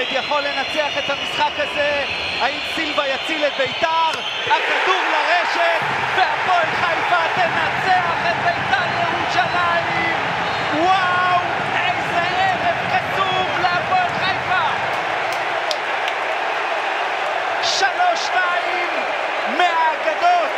יכול לנצח את המשחק הזה? האם סילבה יציל את ביתר? הכדור לרשת, והפועל חיפה תנצח את ביתר ירושלים. וואו, איזה ערב קצוב להפועל חיפה. 3-2 מהאגדות.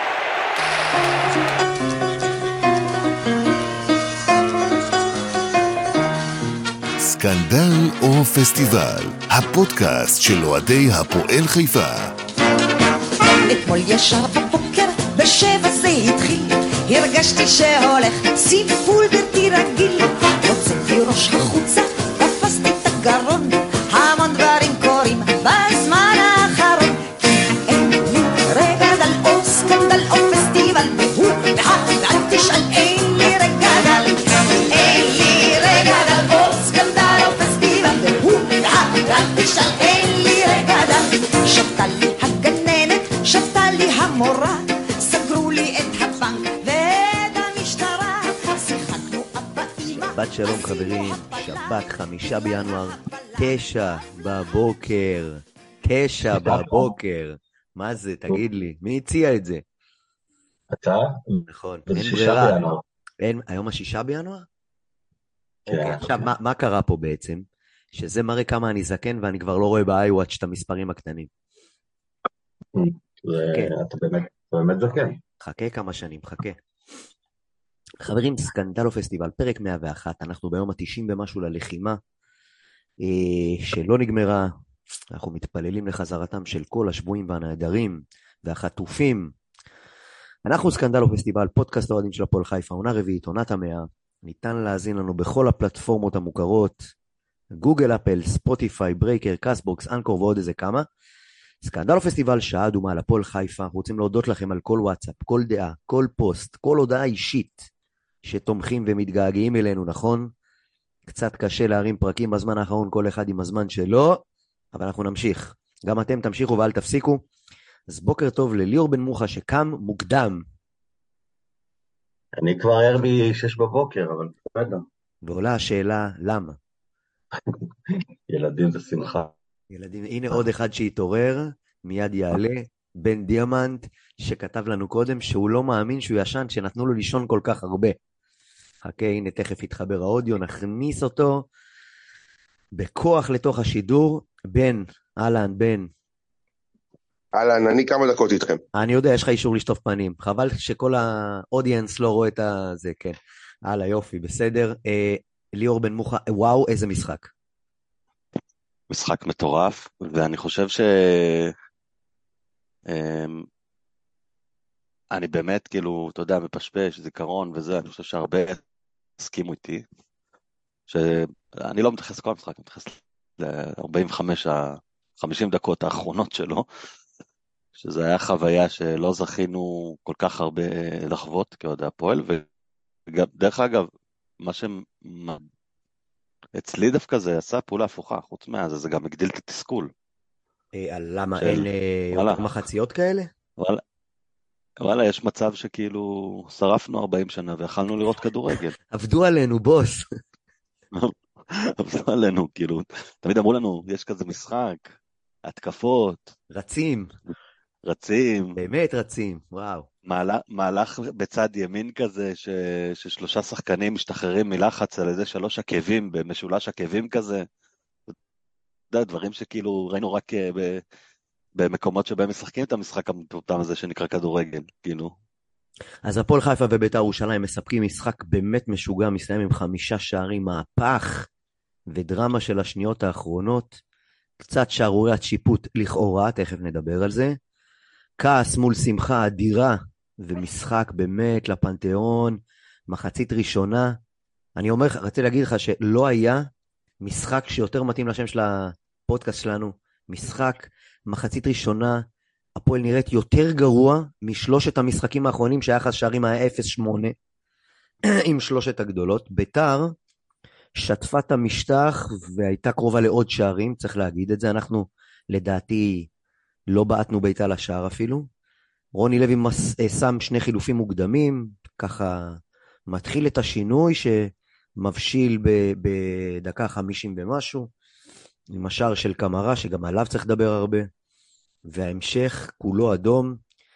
סקנדל או פסטיבל, הפודקאסט של אוהדי הפועל חיפה. אתמול ישר בבוקר, בשבע זה התחיל, הרגשתי שהולך סיפול בלתי רגיל. הוצאתי ראש החוצה, תפסתי את הגרון, המון דברים קורים בזמן האחרון. אין לי רגדל או סקנדל או פסטיבל, והוא ואל תשאל, אין לי רגדל. אין לי רגדל או סקנדל או פסטיבל, והוא ואל תשאל, אין לי רגדל. שבתה לי הגננת, שבתה לי המורה, סגרו לי את הבנק ואת המשטרה, שיחקנו אבא אמא. שבת שלום חברים, שבת 5 בינואר, 9 בבוקר, 9 בבוקר. מה זה? תגיד לי, מי הציע את זה? אתה? נכון, זה אין 6 ברירה. בינואר. היום ה6 בינואר? כן. אוקיי, עכשיו, מה קרה פה בעצם? שזה מראה כמה אני זקן ואני כבר לא רואה ב-iWatch את המספרים הקטנים. כן. אתה באמת זקן. חכה כמה שנים, חכה. חברים, סקנדל או פסטיבל, פרק 101, אנחנו ביום ה-90 במשהו ללחימה, שלא נגמרה. אנחנו מתפללים לחזרתם של כל השבויים והנעדרים והחטופים. אנחנו סקנדל או פסטיבל, פודקאסט האוהדים של הפועל חיפה, עונה רביעית, עונת המאה. ניתן להאזין לנו בכל הפלטפורמות המוכרות, גוגל, אפל, ספוטיפיי, ברייקר, קאסטבוקס, אנקור ועוד איזה כמה. סקנדל או פסטיבל, שעה אדומה לפועל חיפה. רוצים להודות לכם על כל וואטסאפ, כל דעה, כל פוסט, כל הודעה אישית שתומכים ומתגעגעים אלינו, נכון? קצת קשה להרים פרקים בזמן האחרון, כל אחד עם הזמן שלו, אבל אנחנו נמשיך. גם אתם תמשיכו ואל תפסיקו. אז בוקר טוב לליאור בן מוחה שקם מוקדם. אני כבר ער מ-6 בבוקר, אבל בסדר. ועולה השאלה, למה? ילדים זה שמחה. ילדים, הנה עוד אחד שהתעורר, מיד יעלה, בן דיאמנט, שכתב לנו קודם שהוא לא מאמין שהוא ישן, שנתנו לו לישון כל כך הרבה. חכה, הנה תכף יתחבר האודיו, נכניס אותו בכוח לתוך השידור. בן, אהלן, בן. אהלן, אני כמה דקות איתכם. אני יודע, יש לך אישור לשטוף פנים. חבל שכל האודיאנס לא רואה את זה, כן. הלאה, יופי, בסדר. ליאור בן מוחה, וואו, איזה משחק. משחק מטורף, ואני חושב אני באמת, כאילו, אתה יודע, מפשפש, זיכרון וזה, אני חושב שהרבה הסכימו איתי, שאני לא מתייחס לכל המשחק, אני מתייחס ל-45, 50 דקות האחרונות שלו, שזה היה חוויה שלא זכינו כל כך הרבה לחוות כאוהדי הפועל, ודרך אגב, מה אצלי דווקא זה עשה פעולה הפוכה, חוץ מהזה, זה גם הגדיל את התסכול. למה אין יותר מחציות כאלה? וואלה, יש מצב שכאילו שרפנו 40 שנה ויכלנו לראות כדורגל. עבדו עלינו, בוס. עבדו עלינו, כאילו, תמיד אמרו לנו, יש כזה משחק, התקפות. רצים. באמת רצים, וואו. מהלך בצד ימין כזה, ששלושה שחקנים משתחררים מלחץ על איזה 3 עקבים, במשולש עקבים כזה. דברים שכאילו ראינו רק במקומות שבהם משחקים את המשחק המטומטם הזה שנקרא כדורגל, כאילו. אז הפועל חיפה ובית"ר ירושלים מספקים משחק באמת משוגע, מסיים עם 5 שערים, מהפך ודרמה של השניות האחרונות, קצת שערוריית שיפוט לכאורה, תכף נדבר על זה, כעס מול שמחה אדירה, ומשחק באמת לפנתיאון, מחצית ראשונה. אני רציתי להגיד לך שלא היה משחק שיותר מתאים לשם של הפודקאסט שלנו, משחק מחצית ראשונה, הפועל נראית יותר גרוע משלושת המשחקים האחרונים, שהיחס שערים היה 0-8, עם 3 הגדולות. בית"ר שטפה את המשטח, והייתה קרובה לעוד שערים, צריך להגיד את זה. אנחנו, לדעתי, לא בעטנו ביתה לשער אפילו. רוני לוי שם 2 חילופים מוקדמים, ככה מתחיל את השינוי שמבשיל בדקה 50 ומשהו. עם השער של קמרה, שגם עליו צריך לדבר הרבה, וההמשך כולו אדום.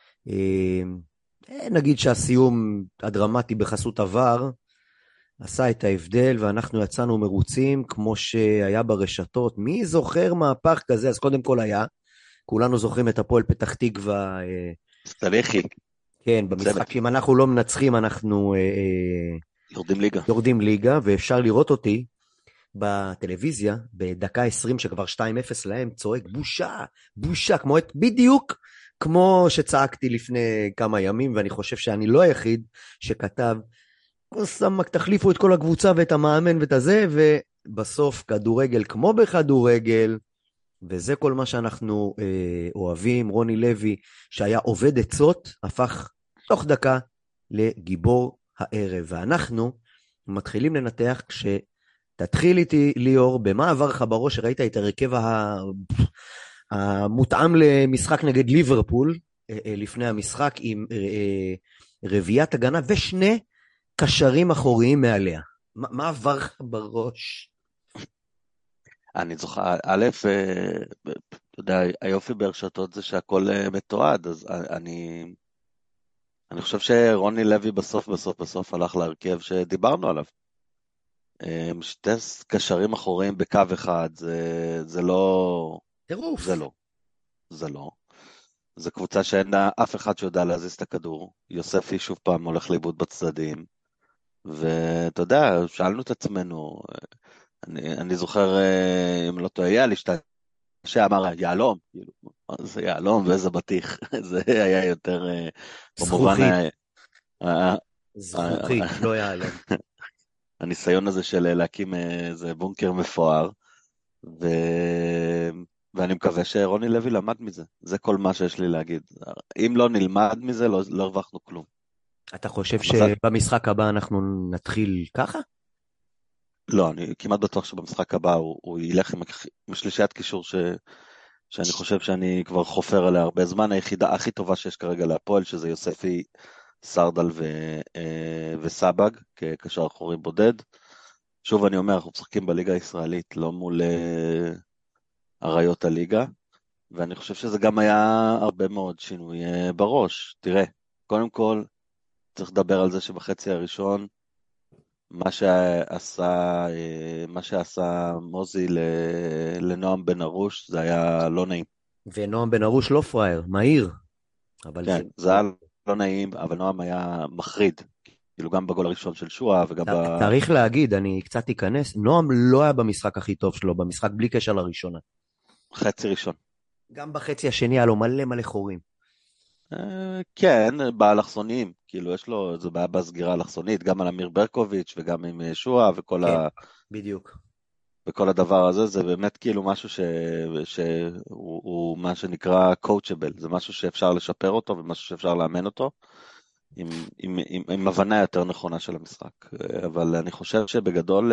נגיד שהסיום הדרמטי בחסות עבר, עשה את ההבדל, ואנחנו יצאנו מרוצים, כמו שהיה ברשתות. מי זוכר מהפך כזה? אז קודם כל היה, כולנו זוכרים את הפועל פתח תקווה. סליחי. כן, במשחק, אם אנחנו לא מנצחים, אנחנו יורדים ליגה, ואפשר לראות אותי בטלוויזיה, בדקה 20, שכבר 2-0 להם, צועק, בושה, בושה, בדיוק כמו שצעקתי לפני כמה ימים, ואני חושב שאני לא היחיד שכתב, סמק, תחליפו את כל הקבוצה ואת המאמן ואת הזה, ובסוף כדורגל כמו בכדורגל, וזה כל מה שאנחנו אוהבים. רוני לוי, שהיה עובד עצות, הפך תוך דקה לגיבור הערב, ואנחנו מתחילים לנתח. כשתתחיל איתי ליאור, במה עבר לך בראש שראית את הרכב המותאם למשחק נגד ליברפול, לפני המשחק, עם רביעיית הגנה ושני קשרים אחוריים מעליה? מה עבר לך בראש? אני זוכר, א', אתה יודע, היופי ברשתות זה שהכל מתועד, אז אני חושב שרוני לוי בסוף הלך להרכב שדיברנו עליו. שתי קשרים אחוריים בקו אחד, זה לא... טירוף. זה לא. זה קבוצה שאין לה אף אחד שיודע להזיז את הכדור. יוספי שוב פעם הולך לאיבוד בצדדים. ואתה יודע, שאלנו את עצמנו, אני זוכר, אם לא טועה, היה לי שאמר, יעלום, זה יעלום ואיזה בטיח, זה היה יותר זכוכית, לא יעלום. הניסיון הזה של להקים איזה בונקר מפואר, ואני מקווה שרוני לוי למד מזה, זה כל מה שיש לי להגיד. אם לא נלמד מזה, לא הרווחנו כלום. אתה חושב שבמשחק הבא אנחנו נתחיל ככה? לא, אני כמעט בטוח שבמשחק הבא הוא ילך עם שלישיית קישור שאני חושב שאני כבר חופר עליה הרבה זמן. היחידה הכי טובה שיש כרגע להפועל, שזה יוספי, סרדל וסבג, כקשר אחורי בודד. שוב אני אומר, אנחנו משחקים בליגה הישראלית, לא מול אריות הליגה, ואני חושב שזה גם היה הרבה מאוד שינוי בראש. תראה, קודם כל, צריך לדבר על זה שבחצי הראשון, מה שעשה מוזי לנועם בן ארוש, זה היה לא נעים. ונועם בן ארוש לא פרייר, מהיר. כן, זה היה לא נעים, אבל נועם היה מחריד. כאילו גם בגול הראשון של שואה, וגם צריך להגיד, אני קצת אכנס, נועם לא היה במשחק הכי טוב שלו, במשחק בלי קשר לראשונה. חצי ראשון. גם בחצי השני היה לו מלא חורים. כן, באלכסוניים, כאילו יש לו, זה בעיה בסגירה אלכסונית, גם על אמיר ברקוביץ' וגם עם שואה וכל בדיוק. וכל הדבר הזה, זה באמת כאילו משהו שהוא מה שנקרא coachable, זה משהו שאפשר לשפר אותו ומשהו שאפשר לאמן אותו, עם הבנה יותר נכונה של המשחק. אבל אני חושב שבגדול,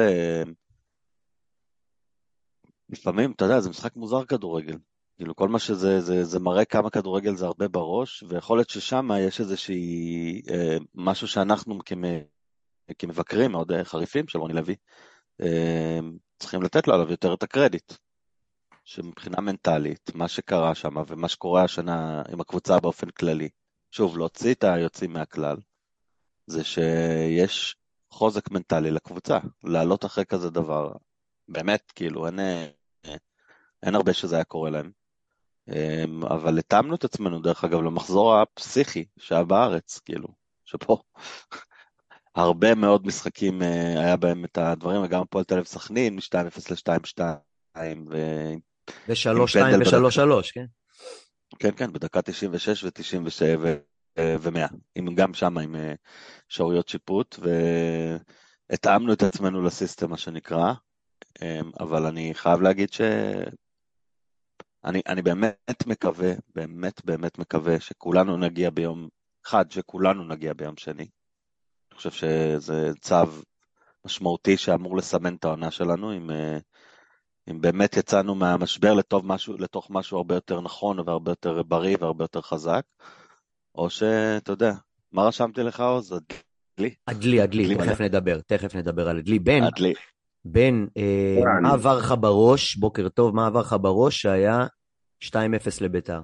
לפעמים, אתה יודע, זה משחק מוזר כדורגל. כאילו כל מה זה מראה כמה כדורגל זה הרבה בראש, ויכול להיות ששם יש איזושהי משהו שאנחנו כמבקרים מאוד חריפים של רוני לוי, צריכים לתת לו עליו יותר את הקרדיט. שמבחינה מנטלית, מה שקרה שם ומה שקורה השנה עם הקבוצה באופן כללי, שוב, להוציא את היוצאים מהכלל, זה שיש חוזק מנטלי לקבוצה, לעלות אחרי כזה דבר. באמת, כאילו, אין הרבה שזה היה קורה להם. אבל התאמנו את עצמנו, דרך אגב, למחזור הפסיכי שהיה בארץ, כאילו, שפה הרבה מאוד משחקים היה בהם את הדברים, וגם הפועל תל אביב סכנין, מ-2-0 ל-2-2, ו-3-2 ו-3-3, כן? כן, כן, בדקה 96 ו-97 ו-100, גם שם עם שעוריות שיפוט, והתאמנו את עצמנו לסיסטם, מה שנקרא, אבל אני חייב להגיד אני באמת מקווה שכולנו נגיע ביום אחד, שכולנו נגיע ביום שני. אני חושב שזה צו משמעותי שאמור לסמן את העונה שלנו, אם באמת יצאנו מהמשבר לתוך משהו הרבה יותר נכון, והרבה יותר בריא והרבה יותר חזק, או שאתה יודע, מה רשמתי לך עוז? עדלי, תכף נדבר על עדלי. בן, בן, אני- מה עבר לך בראש, בוקר טוב, מה עבר לך בראש שהיה 2-0 לביתר?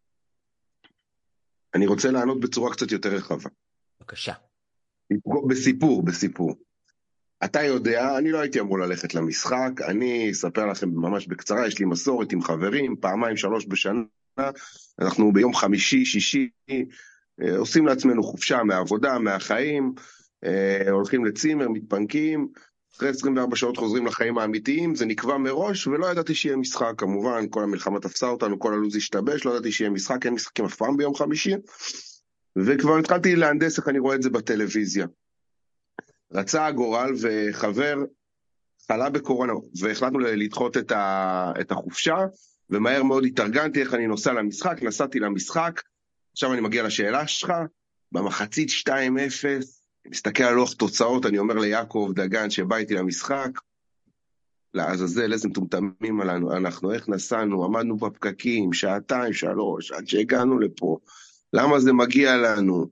אני רוצה לענות בצורה קצת יותר רחבה. בבקשה. בסיפור. אתה יודע, אני לא הייתי אמור ללכת למשחק, אני אספר לכם ממש בקצרה, יש לי מסורת עם חברים, 2-3 בשנה, אנחנו ביום חמישי, שישי, עושים לעצמנו חופשה מהעבודה, מהחיים, הולכים לצימר, מתפנקים, אחרי 24 שעות חוזרים לחיים האמיתיים, זה נקבע מראש, ולא ידעתי שיהיה משחק, כמובן, כל המלחמה תפסה אותנו, כל הלו"ז השתבש, לא ידעתי שיהיה משחק, אין משחקים אף פעם ביום חמישי, וכבר התחלתי להנדס איך אני רואה את זה בטלוויזיה. רצה הגורל וחבר חלה בקורונה, והחלטנו לדחות את החופשה, ומהר מאוד התארגנתי איך אני נוסע למשחק, נסעתי למשחק, עכשיו אני מגיע לשאלה שלך, במחצית 2-0, מסתכל על לוח תוצאות, אני אומר ליעקב דגן שבא איתי למשחק, לעזאזל, איזה מטומטמים עלינו, אנחנו איך נסענו, עמדנו בפקקים, 2-3, עד שהגענו לפה, למה זה מגיע לנו?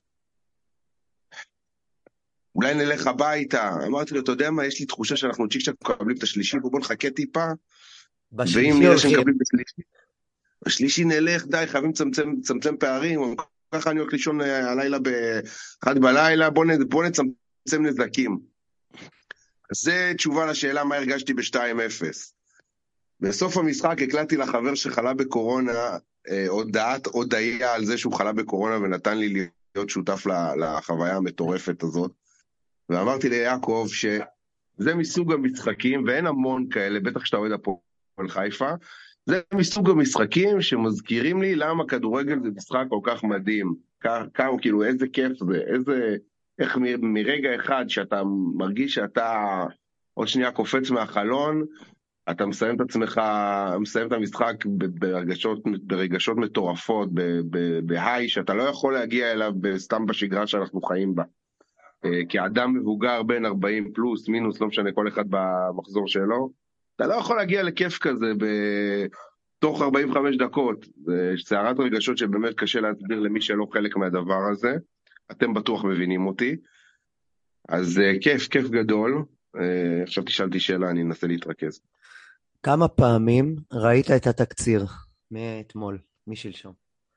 אולי נלך הביתה. אמרתי לו, אתה יודע מה, יש לי תחושה שאנחנו צ'יק צ'ק מקבלים את השלישי, בוא נחכה טיפה, ואם בשלישי נראה הולכים. שמקבלים את השלישי, בשלישי נלך, די, חייבים לצמצם פערים, ככה אני הולך לישון הלילה ב-1 בלילה, בוא נצמצם נזקים. אז זה תשובה לשאלה מה הרגשתי ב-2-0. בסוף המשחק הקלטתי לחבר שחלה בקורונה, הודעה על זה שהוא חלה בקורונה, ונתן לי להיות שותף לחוויה המטורפת הזאת. ואמרתי ליעקב שזה מסוג המשחקים, ואין המון כאלה, בטח שאתה אוהד הפועל חיפה, זה מסוג המשחקים שמזכירים לי למה כדורגל זה משחק כל כך מדהים. כמה, כאילו, איזה כיף זה, איך מרגע אחד שאתה מרגיש שאתה עוד שנייה קופץ מהחלון, אתה מסיים את עצמך, מסיים את המשחק ברגשות מטורפות, בהיי, שאתה לא יכול להגיע אליו סתם בשגרה שאנחנו חיים בה. כאדם מבוגר בין 40 פלוס, מינוס, לא משנה כל אחד במחזור שלו, אתה לא יכול להגיע לכיף כזה בתוך 45 דקות. זה סערת רגשות שבאמת קשה להסביר למי שלא חלק מהדבר הזה. אתם בטוח מבינים אותי. אז כיף גדול. עכשיו תשאלתי שאלה, אני אנסה להתרכז. כמה פעמים ראית את התקציר מאתמול, משלשום?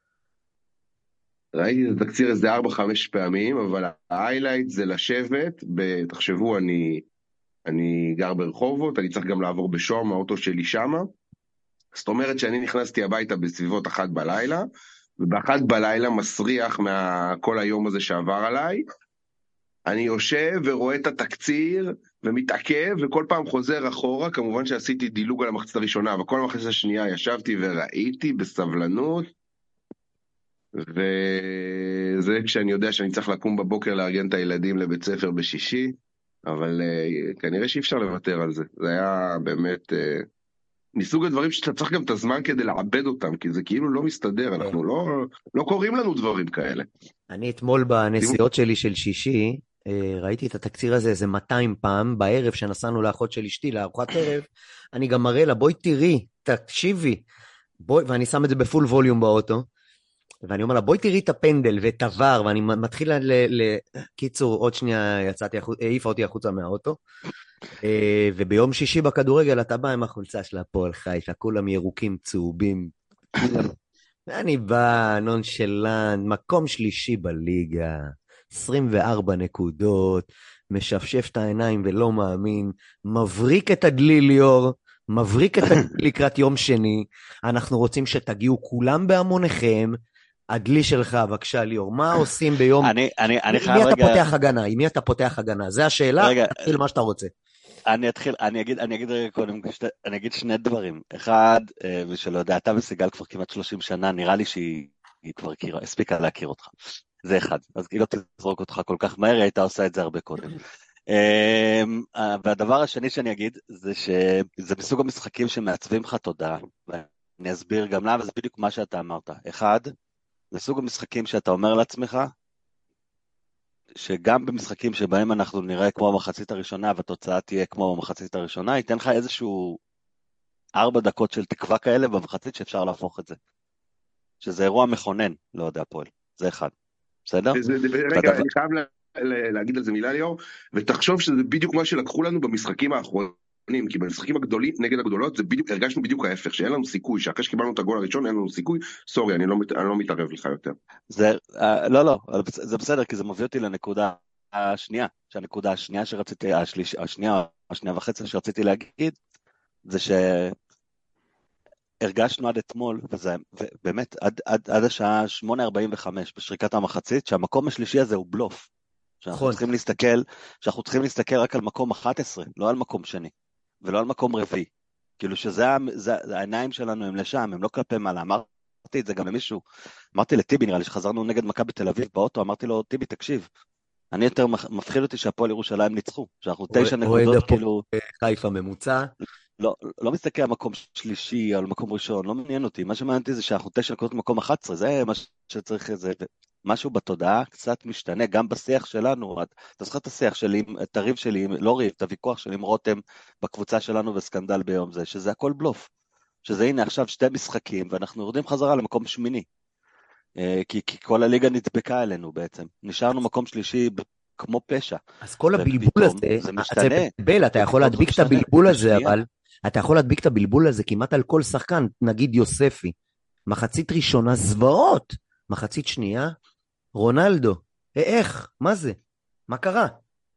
ראיתי את התקציר איזה 4-5 פעמים, אבל ההיילייט זה לשבת, תחשבו, אני גר ברחובות, אני צריך גם לעבור בשום, האוטו שלי שמה, זאת אומרת שאני נכנסתי הביתה בסביבות 1 בלילה, וב1 בלילה מסריח כל היום הזה שעבר עליי, אני יושב ורואה את התקציר, ומתעכב, וכל פעם חוזר אחורה, כמובן שעשיתי דילוג על המחצית הראשונה, וכל המחצית השנייה ישבתי וראיתי בסבלנות, וזה כשאני יודע שאני צריך לקום בבוקר לארגן את הילדים לבית ספר בשישי, אבל כנראה שאי אפשר לוותר על זה. זה היה באמת מסוג הדברים שאתה צריך גם את הזמן כדי לעבד אותם, כי זה כאילו לא מסתדר, אנחנו לא קוראים לנו דברים כאלה. אני אתמול בנסיעות שלי של שישי, ראיתי את התקציר הזה איזה 200 פעם, בערב שנסענו לאחות של אשתי לארוחת ערב, אני גם מראה לה, בואי תראי, תקשיבי, ואני שם את זה בפול ווליום באוטו, ואני אומר לה, בואי תראי את הפנדל ואת עבר, ואני מתחיל קיצור, עוד שנייה העיפה אותי החוצה מהאוטו, וביום שישי בכדורגל אתה בא עם החולצה של הפועל חיפה, כולם ירוקים צהובים, ואני בא, נונשלנט, מקום שלישי בליגה, 24 נקודות, משפשף את העיניים ולא מאמין, מבריק את הדלי ליאור, מבריק את הדלי לקראת יום שני, אנחנו רוצים שתגיעו כולם בהמוניכם, הדלי שלך, בבקשה ליאור, מה עושים ביום... אני חייב מי אתה רגע... פותח הגנה? עם מי אתה פותח הגנה? זה השאלה, תתחיל מה שאתה רוצה. אני אגיד רגע קודם, אני אגיד שני דברים. אחד, ושלא יודע, אתה וסיגל כבר כמעט 30 שנה, נראה לי שהיא כבר הספיקה להכיר אותך. זה אחד. אז היא לא תזרוק אותך כל כך מהר, היא הייתה עושה את זה הרבה קודם. והדבר השני שאני אגיד, זה שזה מסוג המשחקים שמעצבים לך תודעה. ואני אסביר גם למה, וזה בדיוק מה שאתה אמרת. אחד, זה סוג המשחקים שאתה אומר לעצמך, שגם במשחקים שבהם אנחנו נראה כמו במחצית הראשונה, והתוצאה תהיה כמו במחצית הראשונה, ייתן לך איזשהו 4 דקות של תקווה כאלה במחצית שאפשר להפוך את זה. שזה אירוע מכונן, לא יודע, הפועל. זה אחד. בסדר? רגע, אני חייב להגיד על זה מילה ליאור, ותחשוב שזה בדיוק מה שלקחו לנו במשחקים האחרונים, כי במשחקים הגדולים נגד הגדולות, הרגשנו בדיוק ההפך, שאין לנו סיכוי, שאחרי שקיבלנו את הגול הראשון, אין לנו סיכוי, סורי, אני לא מתערב לך יותר. לא, זה בסדר, כי זה מביא אותי לנקודה השנייה, שהנקודה השנייה שרציתי, השנייה וחצי שרציתי להגיד, זה שהרגשנו עד אתמול, ובאמת עד השעה 8:45 בשריקת המחצית, שהמקום השלישי הזה הוא בלוף. שאנחנו צריכים להסתכל רק על מקום 11, לא על מקום שני, ולא על מקום רביעי. כאילו העיניים שלנו הם לשם, הם לא כלפי מעלה. אמרתי את זה גם למישהו, אמרתי לטיבי, נראה לי שחזרנו נגד מכבי בתל אביב באוטו, אמרתי לו, טיבי, תקשיב, אני יותר מפחיד אותי שהפועל ירושלים ניצחו, שאנחנו 9 נקודות כאילו... חיפה ממוצע. לא מסתכל על מקום שלישי או על מקום ראשון, לא מעניין אותי, מה שמעניין אותי זה שאנחנו 9 נקודות במקום 11, זה מה שצריך, זה משהו בתודעה קצת משתנה, גם בשיח שלנו, אתה זוכר את השיח שלי, את הריב שלי, לא ריב, את הוויכוח שלי עם רותם בקבוצה שלנו וסקנדל ביום זה, שזה הכל בלוף, שזה הנה עכשיו 2 משחקים, ואנחנו יורדים חזרה למקום שמיני, כי כל הליגה נדבקה אלינו בעצם, נשארנו מקום שלישי כמו פשע. אז כל הבלבול הזה, אתה יכול להדביק את הבלבול הזה, אבל אתה יכול להדביק את הבלבול הזה כמעט על כל שחקן, נגיד יוספי, מחצית ראשונה זוועות, מחצית שנייה, רונלדו, איך? מה זה? מה קרה?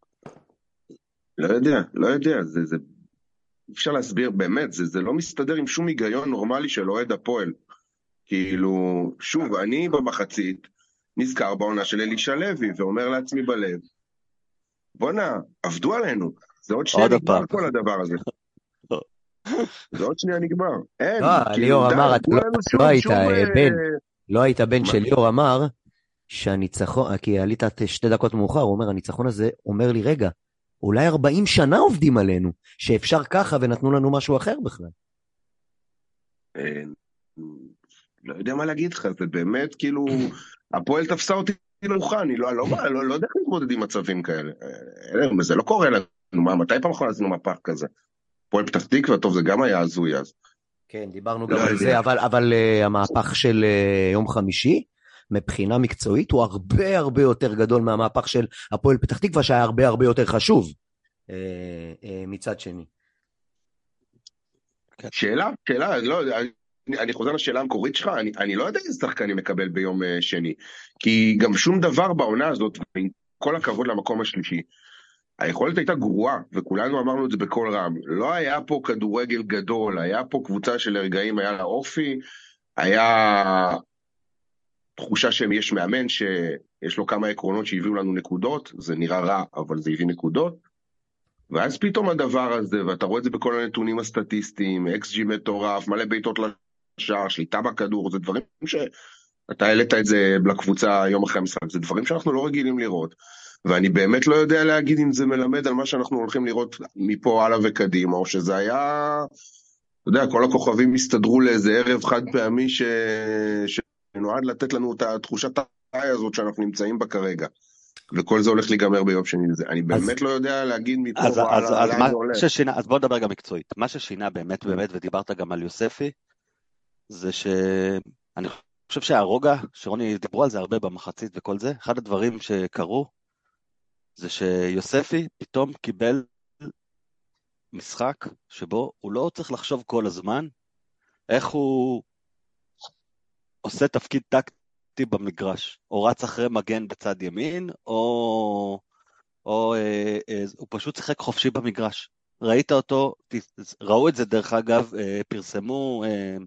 לא יודע, זה אפשר להסביר באמת, זה לא מסתדר עם שום היגיון נורמלי של אוהד הפועל. כאילו, שוב, אני במחצית נזכר בעונה של אלישע לוי, ואומר לעצמי בלב, בונה, עבדו עלינו, זה עוד שנייה נגמר כל הדבר הזה. זה עוד שנייה נגמר. אין, ליאור אמר, לא היית בן של ליאור אמר, שהניצחון, כי עלית 2 דקות מאוחר, הוא אומר, הניצחון הזה אומר לי, רגע, אולי 40 שנה עובדים עלינו, שאפשר ככה ונתנו לנו משהו אחר בכלל. לא יודע מה להגיד לך, זה באמת כאילו, הפועל תפסה אותי מאוחר, אני לא יודע איך להתמודד עם מצבים כאלה. זה לא קורה לנו, מתי פעם אחרונה עשינו מפח כזה? הפועל פתח תקווה, טוב, זה גם היה הזוי אז. כן, דיברנו גם על זה, אבל המהפך של יום חמישי, מבחינה מקצועית, הוא הרבה הרבה יותר גדול מהמהפך של הפועל פתח תקווה, שהיה הרבה הרבה יותר חשוב מצד שני. שאלה, לא, אני חוזר לשאלה המקורית שלך, אני לא יודע איזה שחקן אני מקבל ביום שני, כי גם שום דבר בעונה הזאת, עם כל הכבוד למקום השלישי, היכולת הייתה גרועה, וכולנו אמרנו את זה בכל רם, לא היה פה כדורגל גדול, היה פה קבוצה של הרגעים, היה לה אופי, היה תחושה שיש מאמן שיש לו כמה עקרונות שהביאו לנו נקודות, זה נראה רע, אבל זה הביא נקודות, ואז פתאום הדבר הזה, ואתה רואה את זה בכל הנתונים הסטטיסטיים, XG מטורף, מלא בעיטות לשער, שליטה בכדור, זה דברים שאתה העלית את זה לקבוצה יום אחרי המשחק, זה דברים שאנחנו לא רגילים לראות, ואני באמת לא יודע להגיד אם זה מלמד על מה שאנחנו הולכים לראות מפה הלאה וקדימה, או שזה היה, אתה יודע, כל הכוכבים הסתדרו לאיזה ערב חד פעמי שנועד לתת לנו את התחושת ההיי הזאת שאנחנו נמצאים בה כרגע. וכל זה הולך להיגמר ביום שני. אני באמת לא יודע להגיד מפה אז בוא נדבר גם מקצועית. מה ששינה באמת, ודיברת גם על יוספי, זה שאני חושב שהרוגע, שרוני דיברו על זה הרבה במחצית וכל זה, אחד הדברים שקרו, זה שיוספי פתאום קיבל משחק שבו הוא לא צריך לחשוב כל הזמן איך הוא עושה תפקיד טקטי במגרש, או רץ אחרי מגן בצד ימין, או הוא פשוט שיחק חופשי במגרש. ראית אותו, ראו את זה דרך אגב, פרסמו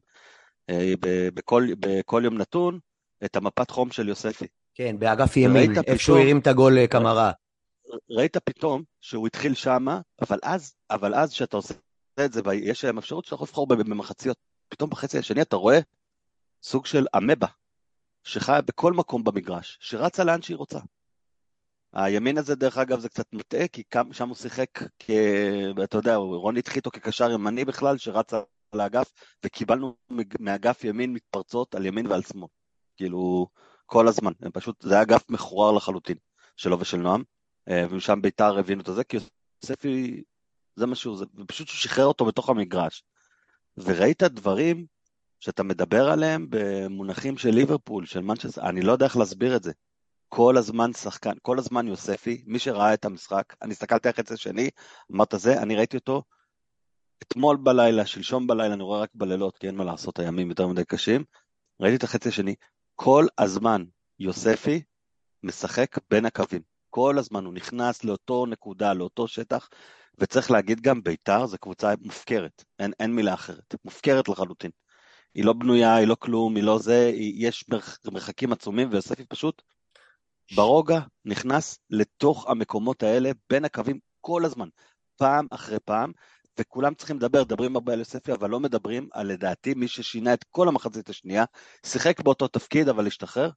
בכל יום נתון את המפת חום של יוספי. כן, באגף ימין, איפשהו הרים את הגול כמרה. ראית פתאום שהוא התחיל שמה, אבל אז שאתה עושה את זה, יש להם אפשרות שאתה יכול לבחור במחציות. פתאום בחצי השני אתה רואה סוג של אמבה, שחיה בכל מקום במגרש, שרצה לאן שהיא רוצה. הימין הזה דרך אגב זה קצת מטעה, כי שם הוא שיחק, אתה יודע, רוני התחיל אותו כקשר ימני בכלל, שרצה לאגף, וקיבלנו מאגף ימין מתפרצות על ימין ועל שמאל. כאילו, כל הזמן. פשוט, זה היה אגף מחורר לחלוטין, שלו ושל נועם, ומשם ביתר הבינו את זה, כי יוספי, זה משהו, פשוט הוא שחרר אותו בתוך המגרש. וראית דברים שאתה מדבר עליהם במונחים של ליברפול, של מנצ'סטר, אני לא יודע איך להסביר את זה. כל הזמן שחקן, כל הזמן יוספי, מי שראה את המשחק, אני הסתכלתי על החצי השני, אמרת זה, אני ראיתי אותו אתמול בלילה, שלשום בלילה, אני רואה רק בלילות, כי אין מה לעשות, הימים יותר מדי קשים, ראיתי את החצי השני, כל הזמן יוספי משחק בין הקווים, כל הזמן הוא נכנס לאותו נקודה, לאותו שטח, וצריך להגיד גם ביתר, זו קבוצה מופקרת, אין מילה אחרת, מופקרת לחלוטין, היא לא בנויה, היא לא כלום, היא לא זה, יש מרחקים עצומים, ויוספי פשוט ברוגע נכנס לתוך המקומות האלה, בין הקווים כל הזמן, פעם אחרי פעם, וכולם צריכים לדבר, מדברים הרבה על יוספי, אבל לא מדברים על לדעתי מי ששינה את כל המחצית השנייה, שיחק באותו תפקיד, אבל השתחרר,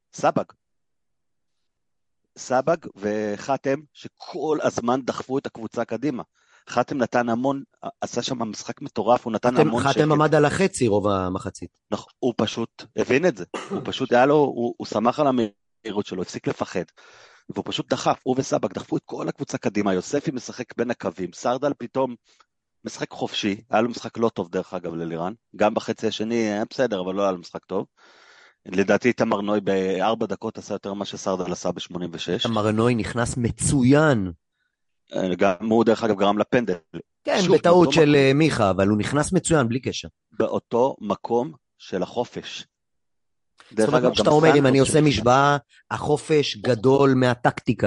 סבג וחתם, שכל הזמן דחפו את הקבוצה קדימה. חתם נתן המון, עשה שם משחק מטורף, הוא נתן המון שקט. חתם עמד על החצי רוב המחצית. נכון, הוא פשוט הבין את זה, הוא פשוט היה לו, הוא שמח על המהירות שלו, הפסיק לפחד, והוא פשוט דחף, הוא וסבג דחפו את כל הקבוצה קדימה, יוספי משחק בין הקווים, סרדל פתאום משחק חופשי, היה לו משחק לא טוב דרך אגב ללירן, גם בחצי השני היה בסדר, אבל לא היה לו משחק טוב, לדעתי תמר נוי ב4 דקות עשה יותר מה שסרדל עשה ב86. תמר נוי נכנס מצוין. גם הוא דרך אגב גרם לפנדל. כן, בטעות של מיכה, אבל הוא נכנס מצוין בלי קשר. באותו מקום של החופש. דרך אגב, שאתה אומר, אם אני עושה משוואה, החופש גדול מהטקטיקה.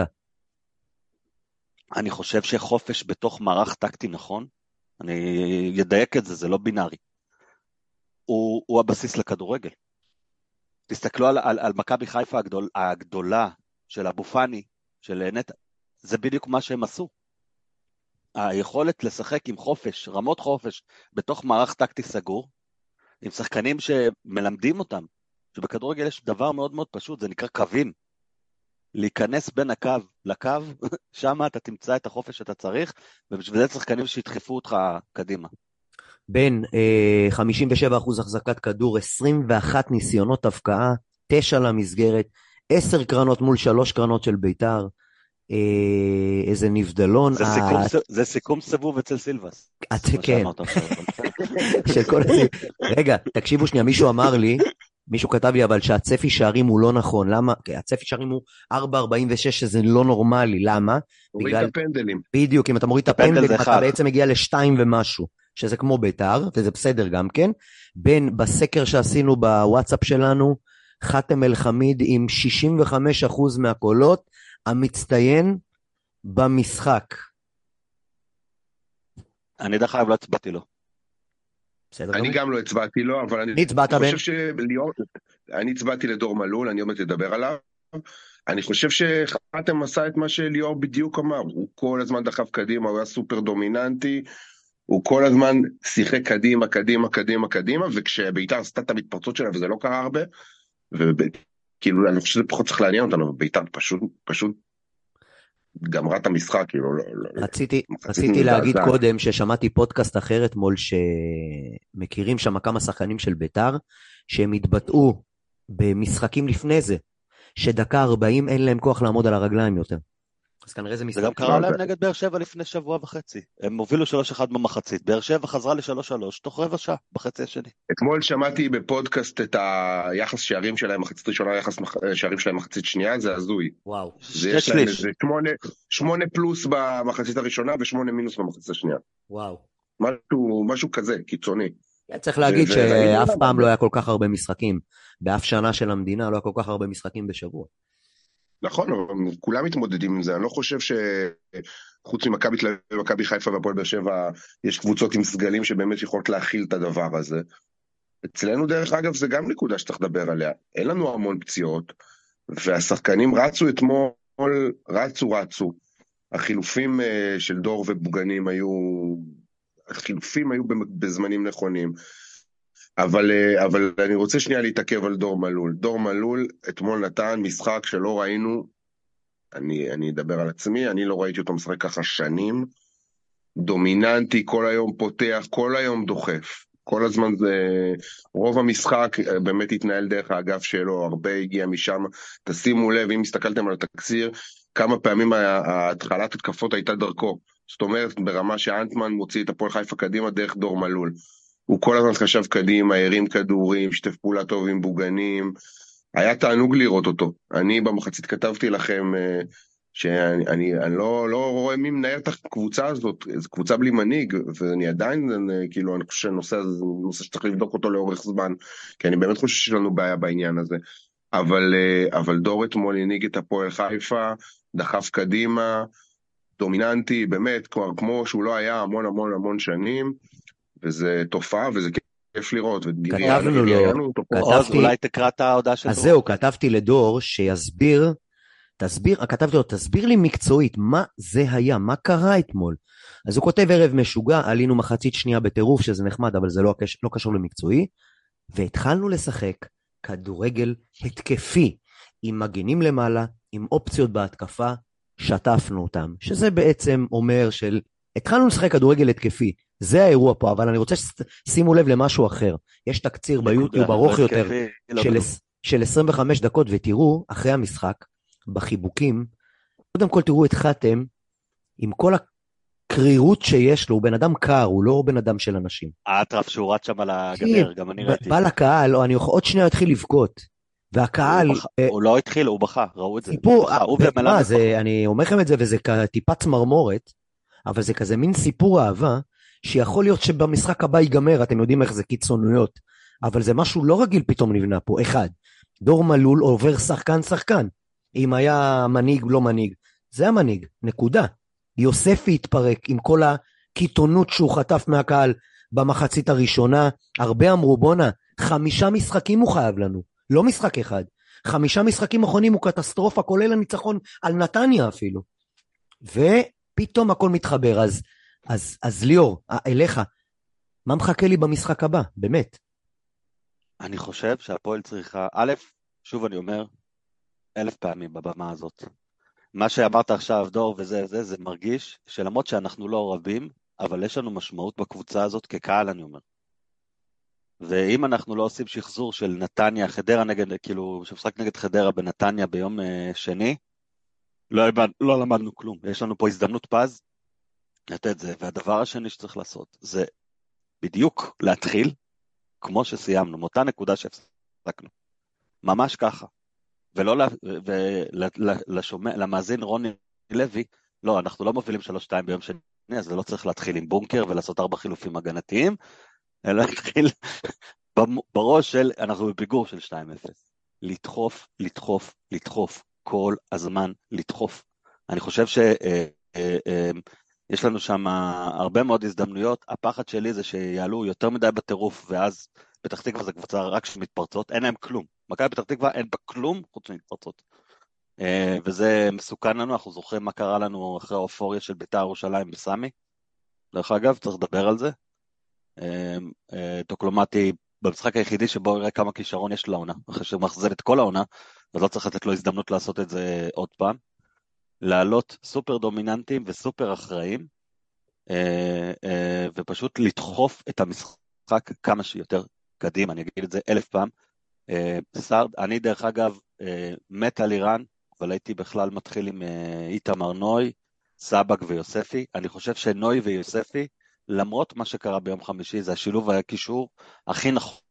אני חושב שחופש בתוך מערך טקטי נכון, אני ידייק את זה, זה לא בינארי. הוא הבסיס לכדורגל. תסתכלו על מכבי חיפה הגדולה של אבו פאני, של נטע, זה בדיוק מה שהם עשו. היכולת לשחק עם חופש, רמות חופש, בתוך מערך טקטי סגור, עם שחקנים שמלמדים אותם, שבכדורגל יש דבר מאוד מאוד פשוט, זה נקרא קווים. להיכנס בין הקו לקו, שם אתה תמצא את החופש שאתה צריך, ובשביל זה שחקנים שידחפו אותך קדימה. בין 57% החזקת כדור, 21 ניסיונות הפקעה, 9 למסגרת, 10 קרנות מול 3 קרנות של ביתר, איזה נבדלון. זה סיכום סבוב אצל סילבס. כן. רגע, תקשיבו שנייה, מישהו כתב לי אבל שהצפי שערים הוא לא נכון, למה? הצפי שערים הוא 4.46 שזה לא נורמלי, למה? מוריד את הפנדלים. בדיוק, אם אתה מוריד את הפנדלים אתה בעצם מגיע ל2 ומשהו, שזה כמו ביתר, וזה בסדר גם כן, בין בסקר שעשינו בוואטסאפ שלנו, חתם אל חמיד עם 65% מהקולות, המצטיין במשחק. אני דרך אגב לא הצבעתי לו. אני גם לא הצבעתי לו, אבל אני חושב שליאור, אני הצבעתי לדור מלול, אני עוד תדבר עליו, אני חושב שחתם עשה את מה שליאור בדיוק אמר, הוא כל הזמן דחף קדימה, הוא היה סופר דומיננטי, הוא כל הזמן שיחק קדימה, קדימה, קדימה, קדימה, וכשביתר עשתה את המתפרצות שלה, וזה לא קרה הרבה, וכאילו אני חושב שזה פחות צריך לעניין אותנו, ביתר פשוט גמרה את המשחק, כאילו לא. רציתי להגיד קודם ששמעתי פודקאסט אחר אתמול שמכירים שם כמה שחקנים של ביתר, שהם התבטאו במשחקים לפני זה, שדקה 40 אין להם כוח לעמוד על הרגליים יותר. אז כנראה זה משחק. זה גם קרה להם נגד באר שבע לפני שבוע וחצי. הם הובילו 3-1 במחצית. באר שבע חזרה ל-3-3 תוך רבע שעה בחצי השני. אתמול שמעתי בפודקאסט את היחס שערים שלהם מחצית ראשונה, יחס שערים שלהם מחצית שנייה, זה הזוי. וואו. זה 8 פלוס במחצית הראשונה ו8 מינוס במחצית השנייה. וואו. משהו כזה, קיצוני. צריך להגיד שאף פעם לא היה כל כך הרבה משחקים. באף שנה של המדינה לא היה כל כך הרבה משחקים בשבוע. נכון, כולם מתמודדים עם זה, אני לא חושב שחוץ ממכבי תל אביב ומכבי חיפה והפועל באר שבע, יש קבוצות עם סגלים שבאמת יכולות להכיל את הדבר הזה. אצלנו דרך אגב זה גם נקודה שצריך לדבר עליה, אין לנו המון פציעות, והשחקנים רצו אתמול, רצו. החילופים של דור ובוגנים החילופים היו בזמנים נכונים, אבל אני רוצה שנייה להתעכב על דור מלול. דור מלול אתמול נתן משחק שלא ראינו, אני אדבר על עצמי, אני לא ראיתי אותו משחק ככה שנים, דומיננטי, כל היום פותח, כל היום דוחף, כל הזמן זה, רוב המשחק באמת התנהל דרך האגף שלו, הרבה הגיע משם, תשימו לב, אם הסתכלתם על התקציר, כמה פעמים התחלת התקפות הייתה דרכו, זאת אומרת ברמה שאנטמן מוציא את הפועל חיפה קדימה דרך דור מלול, הוא כל הזמן חשב קדימה, הרים כדורים, שתף פעולה טוב עם בוגנים, היה תענוג לראות אותו. אני במחצית כתבתי לכם שאני לא רואה מי מנהל את הקבוצה הזאת, זו קבוצה בלי מנהיג, ואני עדיין, כאילו, אני חושב שהנושא הזה זה נושא שצריך לבדוק אותו לאורך זמן, כי אני באמת חושב שיש לנו בעיה בעניין הזה. אבל דור אתמול הנהיג את הפועל חיפה, דחף קדימה, דומיננטי, באמת, כמו שהוא לא היה המון המון המון שנים, וזה תופעה, וזה כיף לראות. כתבנו לו, עוז, אולי תקרא את ההודעה של אז דור. זהו, כתבתי לדור שיסביר, כתבתי לו, תסביר לי מקצועית, מה זה היה, מה קרה אתמול? אז הוא כותב ערב משוגע, עלינו מחצית שנייה בטירוף, שזה נחמד, אבל זה לא קשור למקצועי, והתחלנו לשחק כדורגל התקפי, עם מגנים למעלה, עם אופציות בהתקפה, שטפנו אותם, שזה בעצם אומר התחלנו לשחק כדורגל התקפי, זה האירוע פה, אבל אני רוצה ששימו לב למשהו אחר, יש תקציר ביוטיוב ארוך יותר, של 25 דקות, ותראו, אחרי המשחק, בחיבוקים, קודם כל תראו את חתם, עם כל הקרירות שיש לו, הוא בן אדם קר, הוא לא בן אדם של אנשים. האטרף שהוא רץ שם על הגדר, גם אני ראיתי. בא לקהל, עוד שנייה התחיל לבכות, והקהל... הוא לא התחיל, הוא בכה, ראו את זה. סיפור, אני אומר לכם את זה, וזה טיפה צמרמורת, אבל זה כזה מין סיפור אהבה, שיכול להיות שבמשחק הבא ייגמר, אתם יודעים איך זה קיצוניות, אבל זה משהו לא רגיל פתאום נבנה פה. אחד, דור מלול עובר שחקן, אם היה מנהיג לא מנהיג, זה המנהיג, נקודה. יוספי התפרק עם כל הקיתונות שהוא חטף מהקהל במחצית הראשונה, הרבה אמרו בונה, 5 משחקים הוא חייב לנו, לא משחק אחד, 5 משחקים אחרונים הוא קטסטרופה, כולל הניצחון על נתניה אפילו, ופתאום הכל מתחבר. אז ליאור, אליך, מה מחכה לי במשחק הבא, באמת? אני חושב שהפועל צריכה, שוב אני אומר, 1000 פעמים בבמה הזאת. מה שאמרת עכשיו, דור, זה מרגיש שלמרות שאנחנו לא רבים, אבל יש לנו משמעות בקבוצה הזאת כקהל, אני אומר. ואם אנחנו לא עושים שחזור של נתניה, חדרה שמשחק נגד חדרה בנתניה ביום שני, לא למדנו כלום. יש לנו פה הזדמנות פז, לתת זה. והדבר השני שצריך לעשות, זה בדיוק להתחיל, כמו שסיימנו, מאותה נקודה שהפסקנו. ממש ככה. ולא למאזין רוני לוי, לא, אנחנו לא מובילים 3-2 ביום שני, אז זה לא צריך להתחיל עם בונקר ולעשות 4 חילופים הגנתיים, אלא להתחיל בראש של, אנחנו בפיגור של 2-0. לדחוף, כל הזמן לדחוף. אני חושב שיש לנו שם הרבה מאוד הזדמנויות, הפחד שלי זה שיעלו יותר מדי בטירוף, ואז פתח תקווה זה קבוצה רק שמתפרצות, אין להם כלום. מכבי פתח תקווה אין בה כלום חוץ מתפרצות. וזה מסוכן לנו, אנחנו זוכרים מה קרה לנו אחרי האופוריה של בית"ר ירושלים בסמי. דרך אגב, צריך לדבר על זה. דוקלומטי במשחק היחידי שבו יראה כמה כישרון יש לעונה, אחרי שהוא מחזל את כל העונה, אז לא צריך לתת לו הזדמנות לעשות את זה עוד פעם. לעלות סופר דומיננטיים וסופר אחראים, ופשוט לדחוף את המשחק כמה שיותר קדימה, אני אגיד את זה 1000 פעם. אני דרך אגב מת על איראן, אבל הייתי בכלל מתחיל עם איתמר נוי, סבק ויוספי. אני חושב שנוי ויוספי, למרות מה שקרה ביום חמישי, זה השילוב והקישור הכי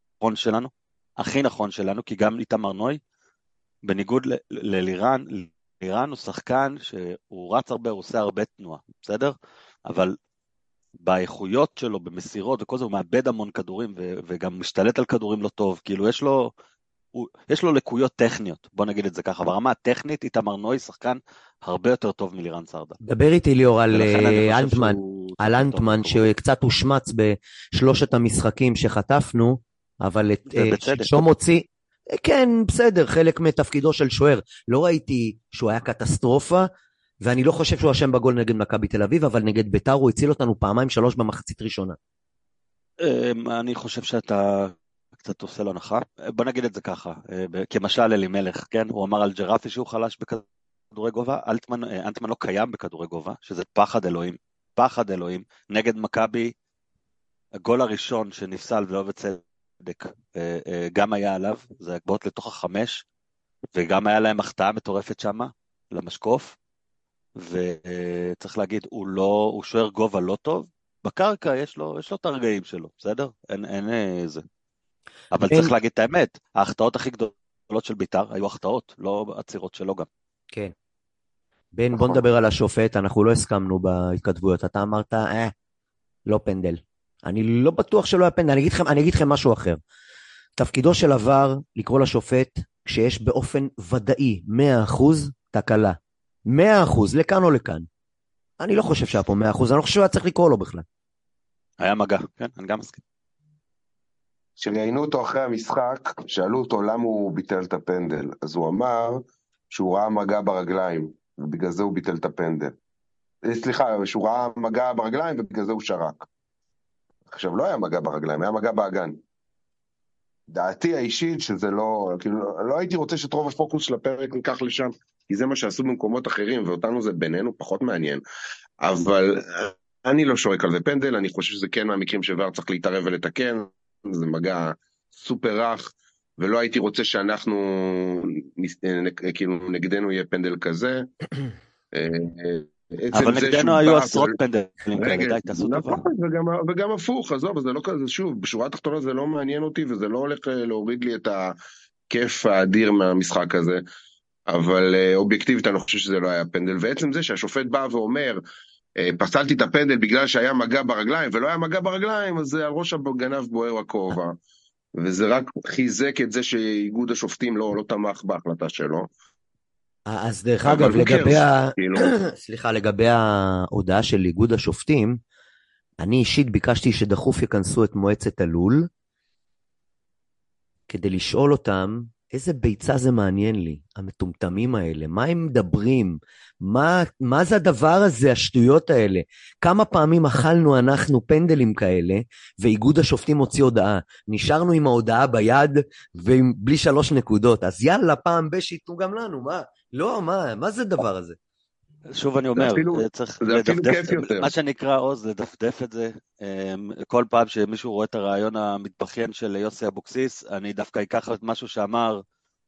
נכון שלנו, כי גם איתמר נוי, בניגוד ללירן, לירן הוא שחקן שהוא רץ הרבה, הוא עושה הרבה תנועה, בסדר? אבל באיכויות שלו, במסירות וכל זה, הוא מאבד המון כדורים, וגם משתלט על כדורים לא טוב, כאילו יש לו לקויות טכניות, בוא נגיד את זה ככה, ברמה הטכנית, איתמר נוי שחקן הרבה יותר טוב מלירן סרדה. דבר איתי ליאור על אנטמן, שקצת הושמץ בשלושת המשחקים שחטפנו, אבל שום מוציא, כן, בסדר, חלק מתפקידו של שוער, לא ראיתי שהוא היה קטסטרופה, ואני לא חושב שהוא אשם בגול נגד מכבי תל אביב, אבל נגד בית"ר הוא הציל אותנו 2-3 במחצית ראשונה. אני חושב שאתה קצת עושה לו הנחה. בוא נגיד את זה ככה, כמשל אלימלך, כן? הוא אמר על ג'רפי שהוא חלש בכדורי גובה, אנטמן לא קיים בכדורי גובה, שזה פחד אלוהים, נגד מכבי, הגול הראשון שנפסל ולא בצדק, גם היה עליו, זה הגבוהות לתוך 5, וגם היה להם החטאה מטורפת שמה, למשקוף, וצריך להגיד, הוא שוער גובה לא טוב, בקרקע יש לו את הרגעים שלו, בסדר? אין זה. אבל צריך להגיד את האמת, ההחטאות הכי גדולות הגדולות של בית"ר היו החטאות, לא עצירות שלו גם. כן. בן, בוא נדבר על השופט, אנחנו לא הסכמנו בהתכתבויות, אתה אמרת, לא פנדל. אני לא בטוח שלא היה פנדל, אני אגיד לכם משהו אחר. תפקידו של עבר לקרוא לשופט כשיש באופן ודאי 100% תקלה. 100%, לכאן או לכאן. אני לא חושב שהיה פה 100%, אני לא חושב שהיה צריך לקרוא לו בכלל. היה מגע, כן, אני גם מסכים. כשראיינו אותו אחרי המשחק, שאלו אותו למה הוא ביטל את הפנדל, אז הוא אמר שהוא ראה מגע ברגליים, ובגלל זה הוא ביטל את הפנדל. סליחה, שהוא ראה מגע ברגליים ובגלל זה הוא שרק. עכשיו, לא היה מגע ברגליים, היה מגע באגן. דעתי האישית שזה לא, כאילו, לא הייתי רוצה שאת רוב הפוקוס של הפרק ניקח לשם, כי זה מה שעשו במקומות אחרים, ואותנו זה בינינו פחות מעניין. אבל אני לא שורק על זה פנדל, אני חושב שזה כן מהמקרים שוואר צריך להתערב ולתקן, זה מגע סופר רך, ולא הייתי רוצה שאנחנו, כאילו, נגדנו יהיה פנדל כזה. אבל נגדנו היו עשרות פנדלים כאלה, די, תעשו טובה. וגם הפוך, עזוב, זה לא כזה, שוב, בשורה התחתונה זה לא מעניין אותי, וזה לא הולך להוריד לי את הכיף האדיר מהמשחק הזה, אבל אובייקטיבית אני חושב שזה לא היה פנדל, ועצם זה שהשופט בא ואומר, פסלתי את הפנדל בגלל שהיה מגע ברגליים, ולא היה מגע ברגליים, אז זה על ראש הגנב בוער הכובע, וזה רק חיזק את זה שאיגוד השופטים לא תמך בהחלטה שלו. אז דרך אגב, לגבי ההודעה של איגוד השופטים, אני אישית ביקשתי שדחוף יכנסו את מועצת הלול, כדי לשאול אותם, איזה ביצה זה מעניין לי, המטומטמים האלה, מה הם מדברים, מה זה הדבר הזה, השטויות האלה, כמה פעמים אכלנו אנחנו פנדלים כאלה, ואיגוד השופטים הוציא הודעה, נשארנו עם ההודעה ביד, ובלי 3 נקודות, אז יאללה, פעם בשיתנו גם לנו, לא, מה זה הדבר הזה? שוב אני אומר, צריך לדפדף, מה שנקרא עוז, לדפדף את זה, כל פעם שמישהו רואה את הרעיון המתבכיין של יוסי אבוקסיס, אני דווקא אקח את משהו שאמר,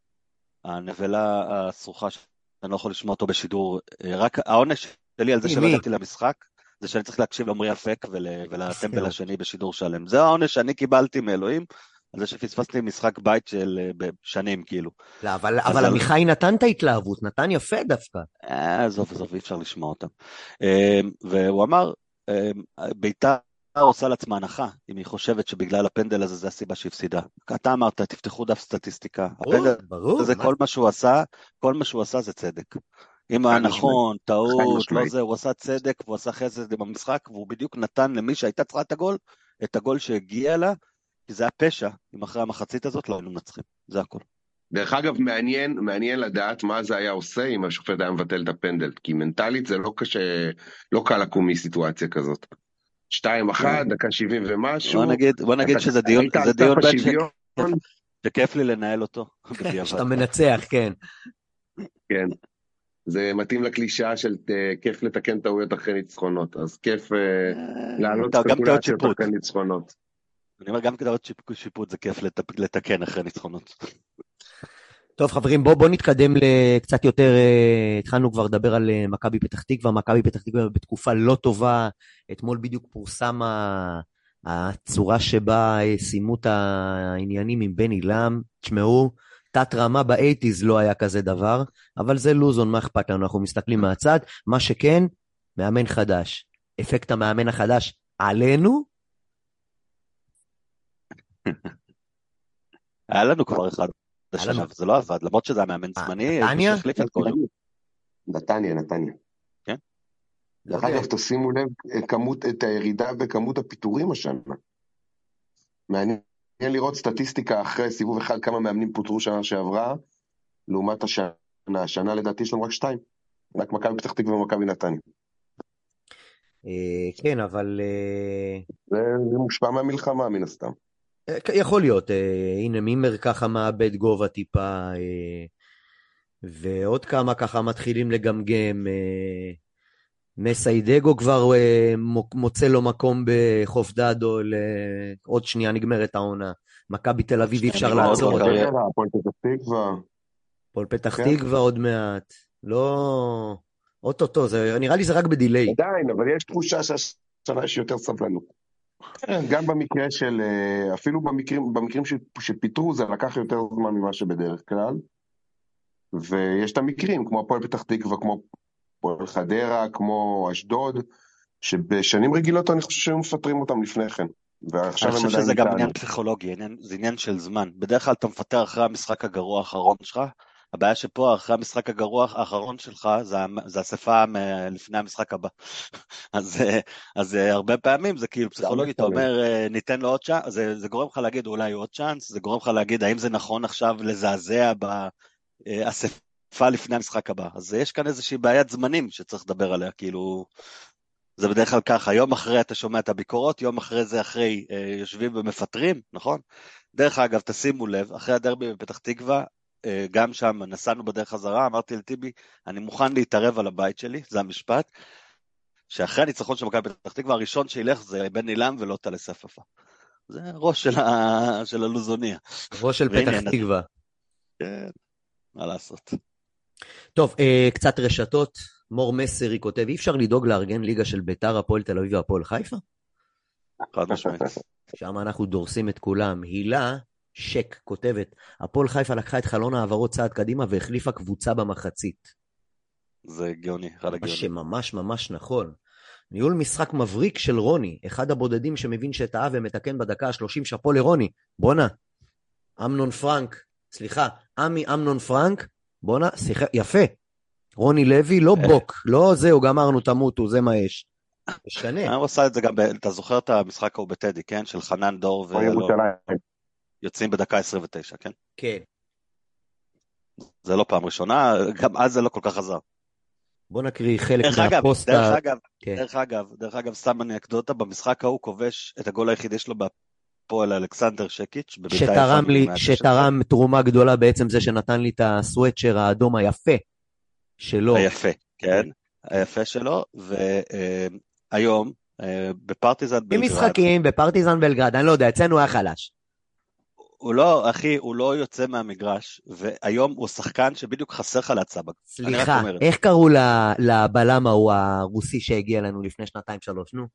הנבלה הסרוחה שאני לא יכול לשמוע אותו בשידור, רק העונש שלי על זה שלא הגעתי למשחק, זה שאני צריך להקשיב לעמרי אפק ולטמבל השני בשידור שלם, זה העונש שאני קיבלתי מאלוהים, על זה שפספסתי משחק בית של שנים, כאילו. לא, אבל עמיחי נתן את ההתלהבות, נתן יפה דווקא. עזוב, אי אפשר לשמוע אותם. והוא אמר, בית"ר עושה לעצמה הנחה, אם היא חושבת שבגלל הפנדל הזה זה הסיבה שהפסידה. אתה אמרת, תפתחו דף סטטיסטיקה. הפנדל זה כל מה שהוא עשה זה צדק. אם היה נכון, טעות, לא זה, הוא עשה צדק, והוא עשה חסד במשחק, והוא בדיוק נתן למי שהייתה צריכה את הגול שהגיע לה, כי זה הפשע, אם אחרי המחצית הזאת לא היינו מנצחים, זה הכל. דרך אגב, מעניין לדעת מה זה היה עושה אם השופט היה מבטל את הפנדל, כי מנטלית זה לא קשה, לא קל לקום מסיטואציה כזאת. 2-1, דקה 70 ומשהו. בוא נגיד שזה דיון בין שכיף לי לנהל אותו. שאתה מנצח, כן. כן. זה מתאים לקלישה של כיף לתקן טעויות אחרי ניצחונות, אז כיף לעלות ספקולציות אחרי ניצחונות. אני אומר, גם כדאות שיפוט זה כיף לתקן אחרי ניצחונות. טוב חברים, בוא נתקדם קצת יותר, התחלנו כבר לדבר על מכבי פתח תקווה, מכבי פתח תקווה בתקופה לא טובה, אתמול בדיוק פורסם הצורה שבה סיימו את העניינים עם בן אילם, תשמעו, תת רמה ב-80s לא היה כזה דבר, אבל זה לוזון, מה אכפת לנו, אנחנו מסתכלים מהצד, מה שכן, מאמן חדש, אפקט המאמן החדש עלינו, היה לנו כבר אחד בשנה, וזה לא עבד, למרות שזה היה מאמן זמני, נתניה? נתניה. כן? דרך אגב, תשימו לב את הירידה בכמות הפיטורים השנה. מעניין לראות סטטיסטיקה אחרי סיבוב אחד, כמה מאמנים פוטרו שנה שעברה, לעומת השנה לדעתי יש לנו רק 2, רק מכבי פתח תקווה ומכבי נתניה. כן, אבל... זה מושפע מהמלחמה מן הסתם. יכול להיות, הנה מימר ככה מאבד גובה טיפה, ועוד כמה ככה מתחילים לגמגם, מסיידגו כבר מוצא לו מקום בחוף דדו, עוד שנייה נגמרת העונה, מכבי תל אביב אי אפשר לעצור. פועל פתח תקווה עוד מעט, לא... אוטוטו, נראה לי זה רק בדיליי. עדיין, אבל יש תחושה שהשנה יש יותר סבלנות. כן, גם במקרה של, אפילו במקרים שפיטרו, זה לקח יותר זמן ממה שבדרך כלל, ויש את המקרים, כמו הפועל פתח תקווה, כמו הפועל חדרה, כמו אשדוד, שבשנים רגילות אני חושב שהיו מפטרים אותם לפני כן, אני ועכשיו הם חושב עדיין שזה גם איתנו. עניין פסיכולוגי, זה עניין של זמן. בדרך כלל אתה מפטר אחרי המשחק הגרוע האחרון שלך, הבעיה שפה אחרי המשחק הגרוע האחרון שלך, זה אספה לפני המשחק הבא. אז הרבה פעמים זה כאילו פסיכולוגי, אתה אומר ניתן לו עוד צ'אנס, זה גורם לך להגיד אולי עוד צ'אנס, זה גורם לך להגיד האם זה נכון עכשיו לזעזע באספה לפני המשחק הבא. אז יש כאן איזושהי בעיית זמנים שצריך לדבר עליה, כאילו... זה בדרך כלל ככה, יום אחרי אתה שומע את הביקורות, יום אחרי זה אחרי יושבים ומפטרים, נכון? דרך אגב, תשימו לב, אחרי הדרבי בפתח תקווה, גם שם נסענו בדרך חזרה, אמרתי לטיבי, אני מוכן להתערב על הבית שלי, זה המשפט, שאחרי הניצחון של מכבי פתח תקווה, הראשון שילך זה בן אילם ולא טל ספפה. זה ראש של הלוזוניה. ראש של פתח תקווה. כן, מה לעשות. טוב, קצת רשתות. מור מסרי כותב, אי אפשר לדאוג לארגן ליגה של ביתר, הפועל תל אביב והפועל חיפה? חד משמעית. שם אנחנו דורסים את כולם. הילה שק כותבת, הפועל חיפה לקחה את חלון העברות צעד קדימה והחליפה קבוצה במחצית. זה גאוני, אחד הגאוני. שממש ממש נכון. ניהול משחק מבריק של רוני, אחד הבודדים שמבין שטעה ומתקן בדקה ה-30, שפו לרוני. בונה, אמנון פרנק, בונה, יפה. רוני לוי, לא בוק, לא זהו, גמרנו, תמותו, זה מה יש. משנה. אני עושה את זה גם, אתה זוכר את המשחק ההוא בטדי, כן? של חנן דור יוצאים בדקה 29, כן? כן. זה לא פעם ראשונה, גם אז זה לא כל כך עזר. בוא נקריא חלק מהפוסט. דרך אגב, סתם אנקדוטה, במשחק ההוא כובש את הגול היחידי שלו בפועל אלכסנדר שקיץ', שתרם תרומה גדולה בעצם זה שנתן לי את הסוואצ'ר האדום היפה. שלו. היפה, כן, היפה שלו, והיום בפרטיזן בלגרד. במשחקים, בפרטיזן בלגרד, אני לא יודע, אצלנו היה חלש. הוא לא, אחי, הוא לא יוצא מהמגרש, והיום הוא שחקן שבדיוק חסר לך להצבק. סליחה, איך קראו לבלם ההוא הרוסי שהגיע לנו לפני 2-3, נו?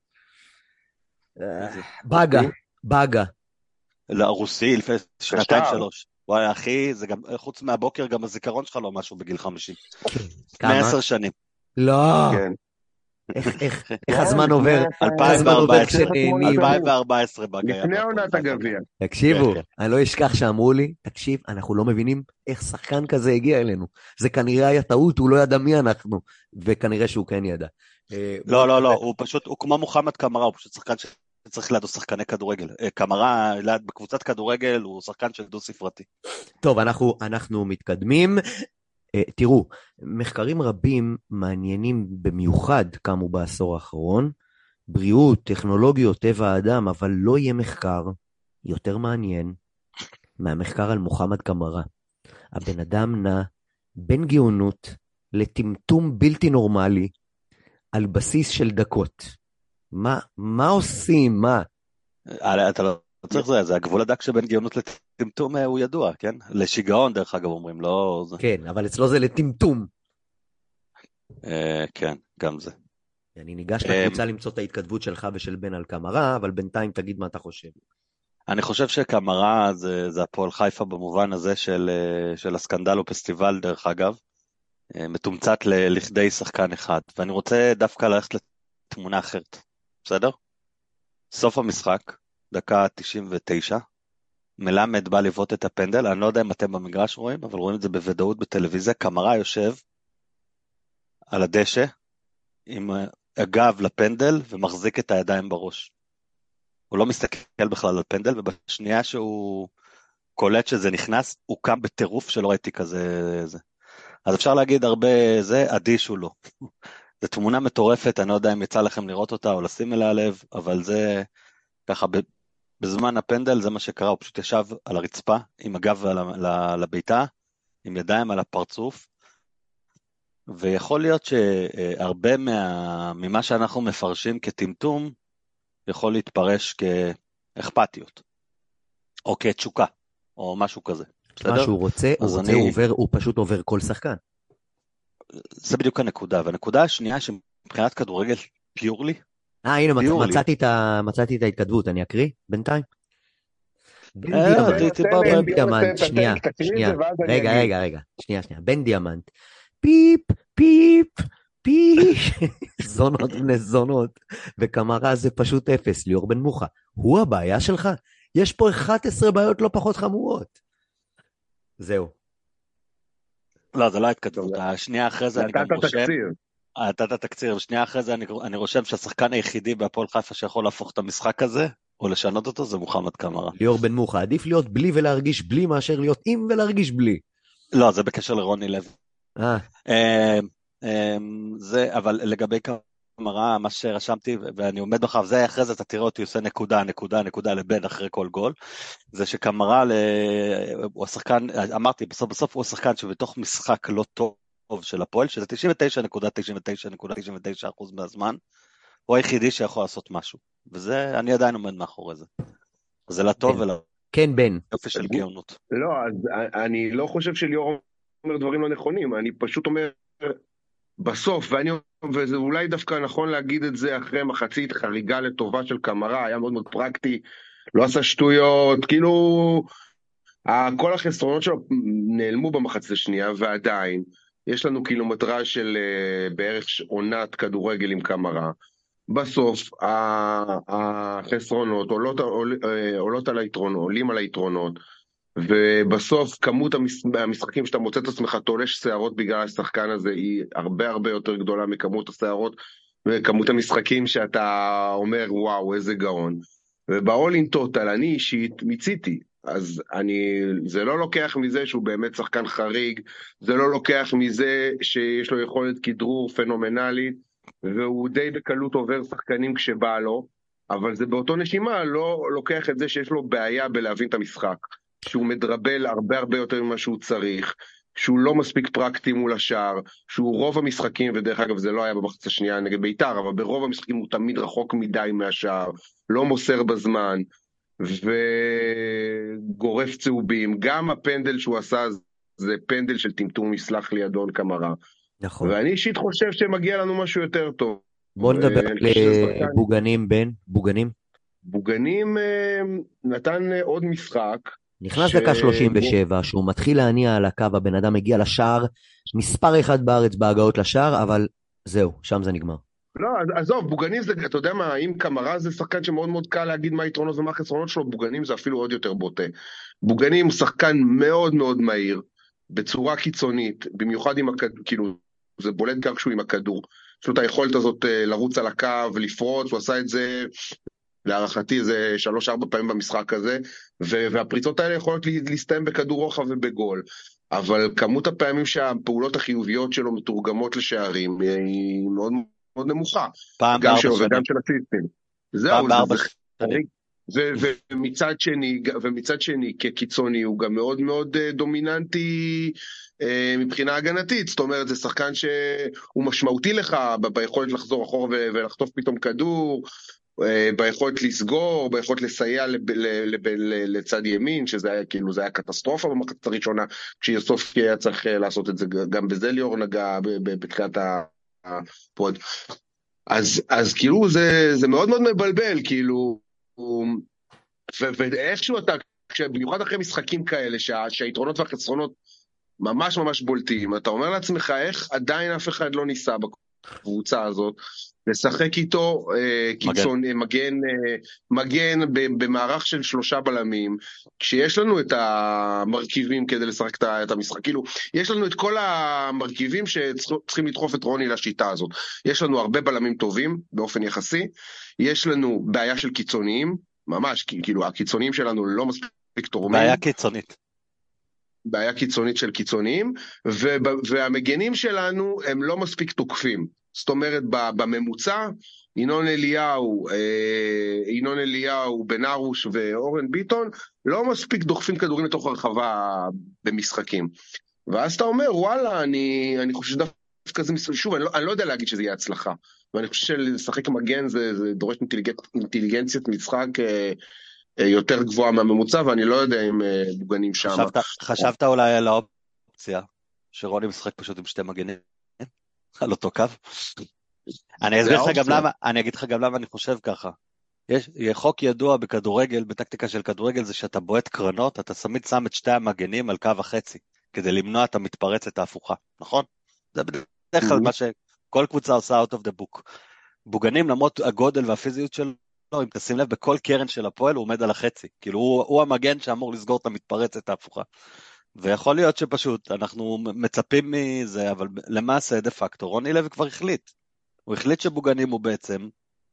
בגה. לרוסי לפני 2-3. וואי, אחי, זה גם, חוץ מהבוקר, גם הזיכרון שלך לא משהו בגיל 50. כמה? 10 שנים. לא. איך הזמן עובר? 2014 בגיה. לפני עונת הגביע. תקשיבו, אני לא אשכח שאמרו לי, תקשיב, אנחנו לא מבינים איך שחקן כזה הגיע אלינו. זה כנראה היה טעות, הוא לא ידע מי אנחנו, וכנראה שהוא כן ידע. לא, הוא פשוט, הוא כמו מוחמד קמרה, הוא פשוט שחקן שצריך לידו שחקני כדורגל. קמרה, בקבוצת כדורגל, הוא שחקן של דו ספרתי. טוב, אנחנו מתקדמים. תראו, מחקרים רבים מעניינים במיוחד קמו בעשור האחרון, בריאות, טכנולוגיות, טבע האדם, אבל לא יהיה מחקר יותר מעניין מהמחקר על מוחמד קמרה. הבן אדם נע בין גאונות לטמטום בלתי נורמלי על בסיס של דקות. מה עושים? מה? אתה לא צריך זה הגבול הדק שבין גאונות לטמטום הוא ידוע, כן? לשיגעון דרך אגב אומרים, לא... כן, אבל אצלו זה לטמטום. כן, גם זה. אני ניגש לקבוצה למצוא את ההתכתבות שלך ושל בן על קמרה, אבל בינתיים תגיד מה אתה חושב. אני חושב שקמרה זה הפועל חיפה במובן הזה של הסקנדל או פסטיבל דרך אגב, מתומצת לכדי שחקן אחד, ואני רוצה דווקא ללכת לתמונה אחרת, בסדר? סוף המשחק, דקה 99, מלמד בא לבעוט את הפנדל, אני לא יודע אם אתם במגרש רואים, אבל רואים את זה בוודאות בטלוויזיה, קמרה יושב על הדשא, עם הגב לפנדל, ומחזיק את הידיים בראש. הוא לא מסתכל בכלל על פנדל, ובשנייה שהוא קולט שזה נכנס, הוא קם בטירוף שלא ראיתי כזה. אז אפשר להגיד הרבה, זה אדיש הוא לא. זו תמונה מטורפת, אני לא יודע אם יצא לכם לראות אותה או לשים אליה לב, אבל זה ככה, בזמן הפנדל זה מה שקרה, הוא פשוט ישב על הרצפה, עם הגב לביתה, עם ידיים על הפרצוף, ויכול להיות שהרבה ממה שאנחנו מפרשים כטמטום, יכול להתפרש כאכפתיות, או כתשוקה, או משהו כזה. מה שהוא רוצה, הוא פשוט עובר כל שחקן. זה בדיוק הנקודה, והנקודה השנייה שמבחינת כדורגל פיורלי, הנה, ביורלי. מצאתי את ההתכתבות, אני אקריא בינתיים. בן אה, דיאמנט, תן, בן דיאמנט, שנייה, רגע, שנייה, בן דיאמנט, פיפ, פיפ, פיפ, זונות בני זונות, וקמרה זה פשוט אפס, ליאור בן מוחה, הוא הבעיה שלך? יש פה 11 בעיות לא פחות חמורות. זהו. לא, זה לא ההתכתבות, השנייה אחרי זה אני גם נתת רושם, תקציר. נתת תקציר, שנייה אחרי זה אני רושם שהשחקן היחידי בהפועל חיפה שיכול להפוך את המשחק הזה, או לשנות אותו, זה מוחמד קמרה. ליאור בן מוחה, עדיף להיות בלי ולהרגיש בלי, מאשר להיות עם ולהרגיש בלי. לא, זה בקשר לרוני לוי. אה, זה, אבל לגבי קמרה, מה שרשמתי, ואני עומד בחב, זה אחרי זה אתה תראה אותי עושה נקודה לבן אחרי כל גול, זה שקמרה, הוא השחקן, אמרתי, בסוף הוא השחקן שבתוך משחק לא טוב של הפועל, שזה 99.99% מהזמן, הוא היחידי שיכול לעשות משהו, וזה, אני עדיין עומד מאחורי זה. זה לטוב כן, בן. ולאופי של גאונות. לא, אז אני לא חושב שליאור אומר דברים לא נכונים, אני פשוט אומר, בסוף, וזה אולי דווקא נכון להגיד את זה אחרי מחצית חריגה לטובה של קמרה, היה מאוד מאוד פרקטי, לא עשה שטויות, כאילו, כל החסרונות שלו נעלמו במחצית השנייה, ועדיין, יש לנו קילומטראז' של בערך עונת כדורגל עם קמרה. בסוף, החסרונות עולים על היתרונות, ובסוף כמות המשחקים שאתה מוצא את עצמך תולש שערות בגלל השחקן הזה היא הרבה הרבה יותר גדולה מכמות השערות וכמות המשחקים שאתה אומר וואו איזה גאון. ובאול אין טוטל אני אישית מיציתי, אז זה לא לוקח מזה שהוא באמת שחקן חריג, זה לא לוקח מזה שיש לו יכולת כדרור פנומנלית והוא די בקלות עובר שחקנים כשבא לו, אבל זה באותו נשימה לא לוקח את זה שיש לו בעיה בלהבין את המשחק, שהוא מדרבל הרבה הרבה יותר ממה שהוא צריך, שהוא לא מספיק פרקטי מול השאר, שהוא רוב המשחקים, ודרך אגב זה לא היה במחצית השנייה נגד בית"ר, אבל ברוב המשחקים הוא תמיד רחוק מדי מהשאר, לא מוסר בזמן, וגורף צהובים. גם הפנדל שהוא עשה זה פנדל של טמטום, יסלח לי אדון קמרה. נכון. ואני אישית חושב שמגיע לנו משהו יותר טוב. בוא נדבר על בוגנים, בן, בוגנים. בוגנים נתן עוד משחק, נכנס דקה 37, שהוא מתחיל להניע על הקו, הבן אדם מגיע לשער, מספר אחד בארץ בהגעות לשער, אבל זהו, שם זה נגמר. לא, עזוב, בוגנים זה, אתה יודע מה, אם קמרה זה שחקן שמאוד מאוד קל להגיד מה היתרונות ומה החסרונות שלו, בוגנים זה אפילו עוד יותר בוטה. בוגנים הוא שחקן מאוד מאוד מהיר, בצורה קיצונית, במיוחד עם הכדור, כאילו, זה בולט גם כשהוא עם הכדור. יש לו את היכולת הזאת לרוץ על הקו ולפרוץ, הוא עשה את זה, להערכתי זה 3-4 פעמים במשחק הזה, והפריצות האלה יכולות להסתיים בכדור רוחב ובגול, אבל כמות הפעמים שהפעולות החיוביות שלו מתורגמות לשערים היא מאוד מאוד נמוכה, גם שלו וגם של הסיסטים. זהו, ומצד שני כקיצוני הוא גם מאוד מאוד דומיננטי מבחינה הגנתית, זאת אומרת זה שחקן שהוא משמעותי לך ביכולת לחזור אחורה ולחטוף פתאום כדור, ביכולת לסגור, ביכולת לסייע לצד ימין, שזה היה כאילו, זה היה קטסטרופה במחצית הראשונה, כשיוסופסקי היה צריך לעשות את זה, גם בזה ליאור נגע בתחילת הפוד. אז כאילו זה מאוד מאוד מבלבל, כאילו, ואיכשהו אתה, במיוחד אחרי משחקים כאלה, שהיתרונות והחסרונות ממש ממש בולטים, אתה אומר לעצמך, איך עדיין אף אחד לא ניסה בקבוצה הזאת, לשחק איתו מגן במערך של 3 בלמים, כשיש לנו את המרכיבים כדי לשחק את המשחק, כאילו, יש לנו את כל המרכיבים שצריכים לדחוף את רוני לשיטה הזאת. יש לנו הרבה בלמים טובים באופן יחסי, יש לנו בעיה של קיצוניים, ממש, כאילו, הקיצוניים שלנו לא מספיק תורמים. בעיה קיצונית של קיצוניים, והמגנים שלנו הם לא מספיק תוקפים. זאת אומרת, בממוצע, ינון אליהו, בן ארוש ואורן ביטון, לא מספיק דוחפים כדורים לתוך הרחבה במשחקים. ואז אתה אומר, וואלה, אני חושב שדווקא זה, שוב, אני לא יודע להגיד שזה יהיה הצלחה, ואני חושב שלשחק מגן זה דורש אינטליגנציית משחק יותר גבוהה מהממוצע, ואני לא יודע אם בוגנים שם. חשבת אולי על האופציה, שרוני משחק פשוט עם 2 מגנים? על אותו קו? אני אגיד לך גם למה אני חושב ככה. יש חוק ידוע בכדורגל, בטקטיקה של כדורגל, זה שאתה בועט קרנות, אתה תמיד שם את שתי המגנים על קו החצי, כדי למנוע את המתפרצת ההפוכה, נכון? זה בדרך כלל מה שכל קבוצה עושה out of the book. בוגנים, למרות הגודל והפיזיות שלו, אם תשים לב, בכל קרן של הפועל הוא עומד על החצי, כאילו הוא המגן שאמור לסגור את המתפרצת ההפוכה. ויכול להיות שפשוט אנחנו מצפים מזה, אבל למעשה דה פקטור, רוני לוי כבר החליט. הוא החליט שבוגנים הוא בעצם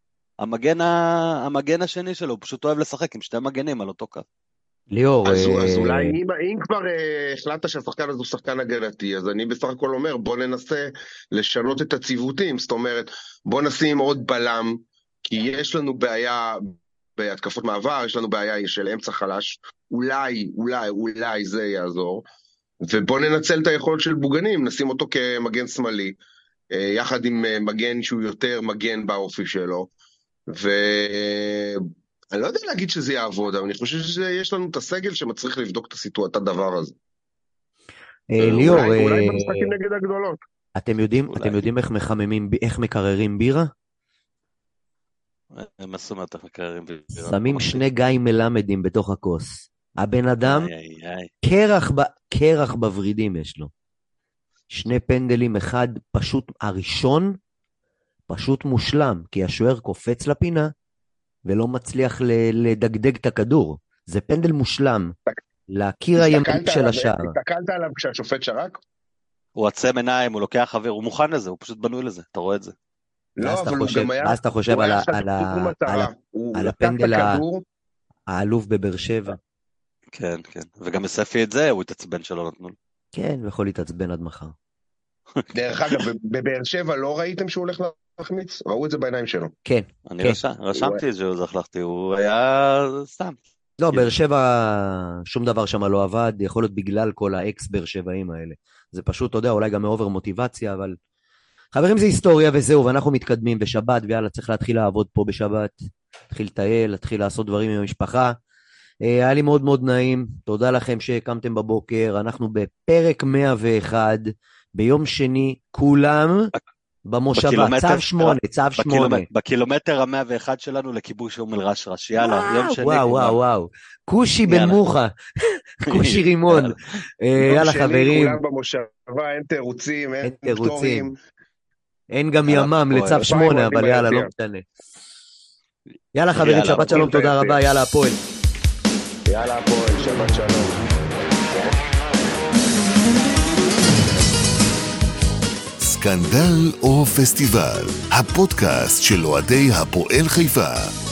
המגן השני שלו, הוא פשוט אוהב לשחק עם שתי מגנים על אותו קו. ליאור, אז אולי אם כבר החלטת שהשחקן הזה הוא שחקן הגנתי, אז אני בסך הכל אומר, בוא ננסה לשנות את הציוותים, זאת אומרת, בוא נשים עוד בלם, כי יש לנו בעיה בהתקפות מעבר, יש לנו בעיה של אמצע חלש, אולי זה יעזור, ובוא ננצל את היכולת של בוגנים, נשים אותו כמגן שמאלי, יחד עם מגן שהוא יותר מגן באופי שלו, אני לא יודע להגיד שזה יעבוד, אבל אני חושב שיש לנו את הסגל שמצריך לבדוק את הדבר הזה. ליאור, אולי במשחקים נגד הגדולות. אתם יודעים איך מקררים בירה? מה זאת אומרת איך מקררים בירה? שמים 2 גיא מלמדים בתוך הכוס. הבן אדם, קרח בוורידים יש לו. 2 פנדלים, אחד פשוט הראשון, פשוט מושלם, כי השוער קופץ לפינה, ולא מצליח לדגדג את הכדור. זה פנדל מושלם. להכיר הימין של השער. הסתכלת עליו כשהשופט שרק? הוא עצם עיניים, הוא לוקח חבר, הוא מוכן לזה, הוא פשוט בנוי לזה, אתה רואה את זה. לא, אבל הוא גם היה... ואז אתה חושב על הפנדל האלוף בבאר שבע. כן, כן. וגם מספי את זה, הוא התעצבן שלא נתנו. כן, הוא יכול להתעצבן עד מחר. דרך אגב, בבאר שבע לא ראיתם שהוא הולך להחמיץ? ראו את זה בעיניים שלו. כן. אני רשמתי את זה, הוא היה סתם. לא, באר שבע, שום דבר שם לא עבד, יכול להיות בגלל כל האקס באר שבעים האלה. זה פשוט, אתה יודע, אולי גם מאובר מוטיבציה, אבל... חברים, זה היסטוריה וזהו, ואנחנו מתקדמים בשבת, ויאללה, צריך להתחיל לעבוד פה בשבת, להתחיל לטייל, להתחיל לעשות דברים עם המשפחה. היה לי מאוד מאוד נעים, תודה לכם שהקמתם בבוקר, אנחנו בפרק 101, ביום שני, כולם במושבה, צו 8. בקילומטר ה-101 שלנו לכיבוש אום אל רש, יאללה, יום שני. וואו, קושי בן מוחה, קושי רימון, יאללה חברים. כולם במושבה, אין תירוצים, אין פטורים. אין גם ימם לצו 8, אבל יאללה, לא משנה. יאללה חברים, שבת שלום, תודה רבה, יאללה הפועל. יאללה הפועל, שבת שלום. סקנדל או פסטיבל, הפודקאסט של אוהדי הפועל חיפה.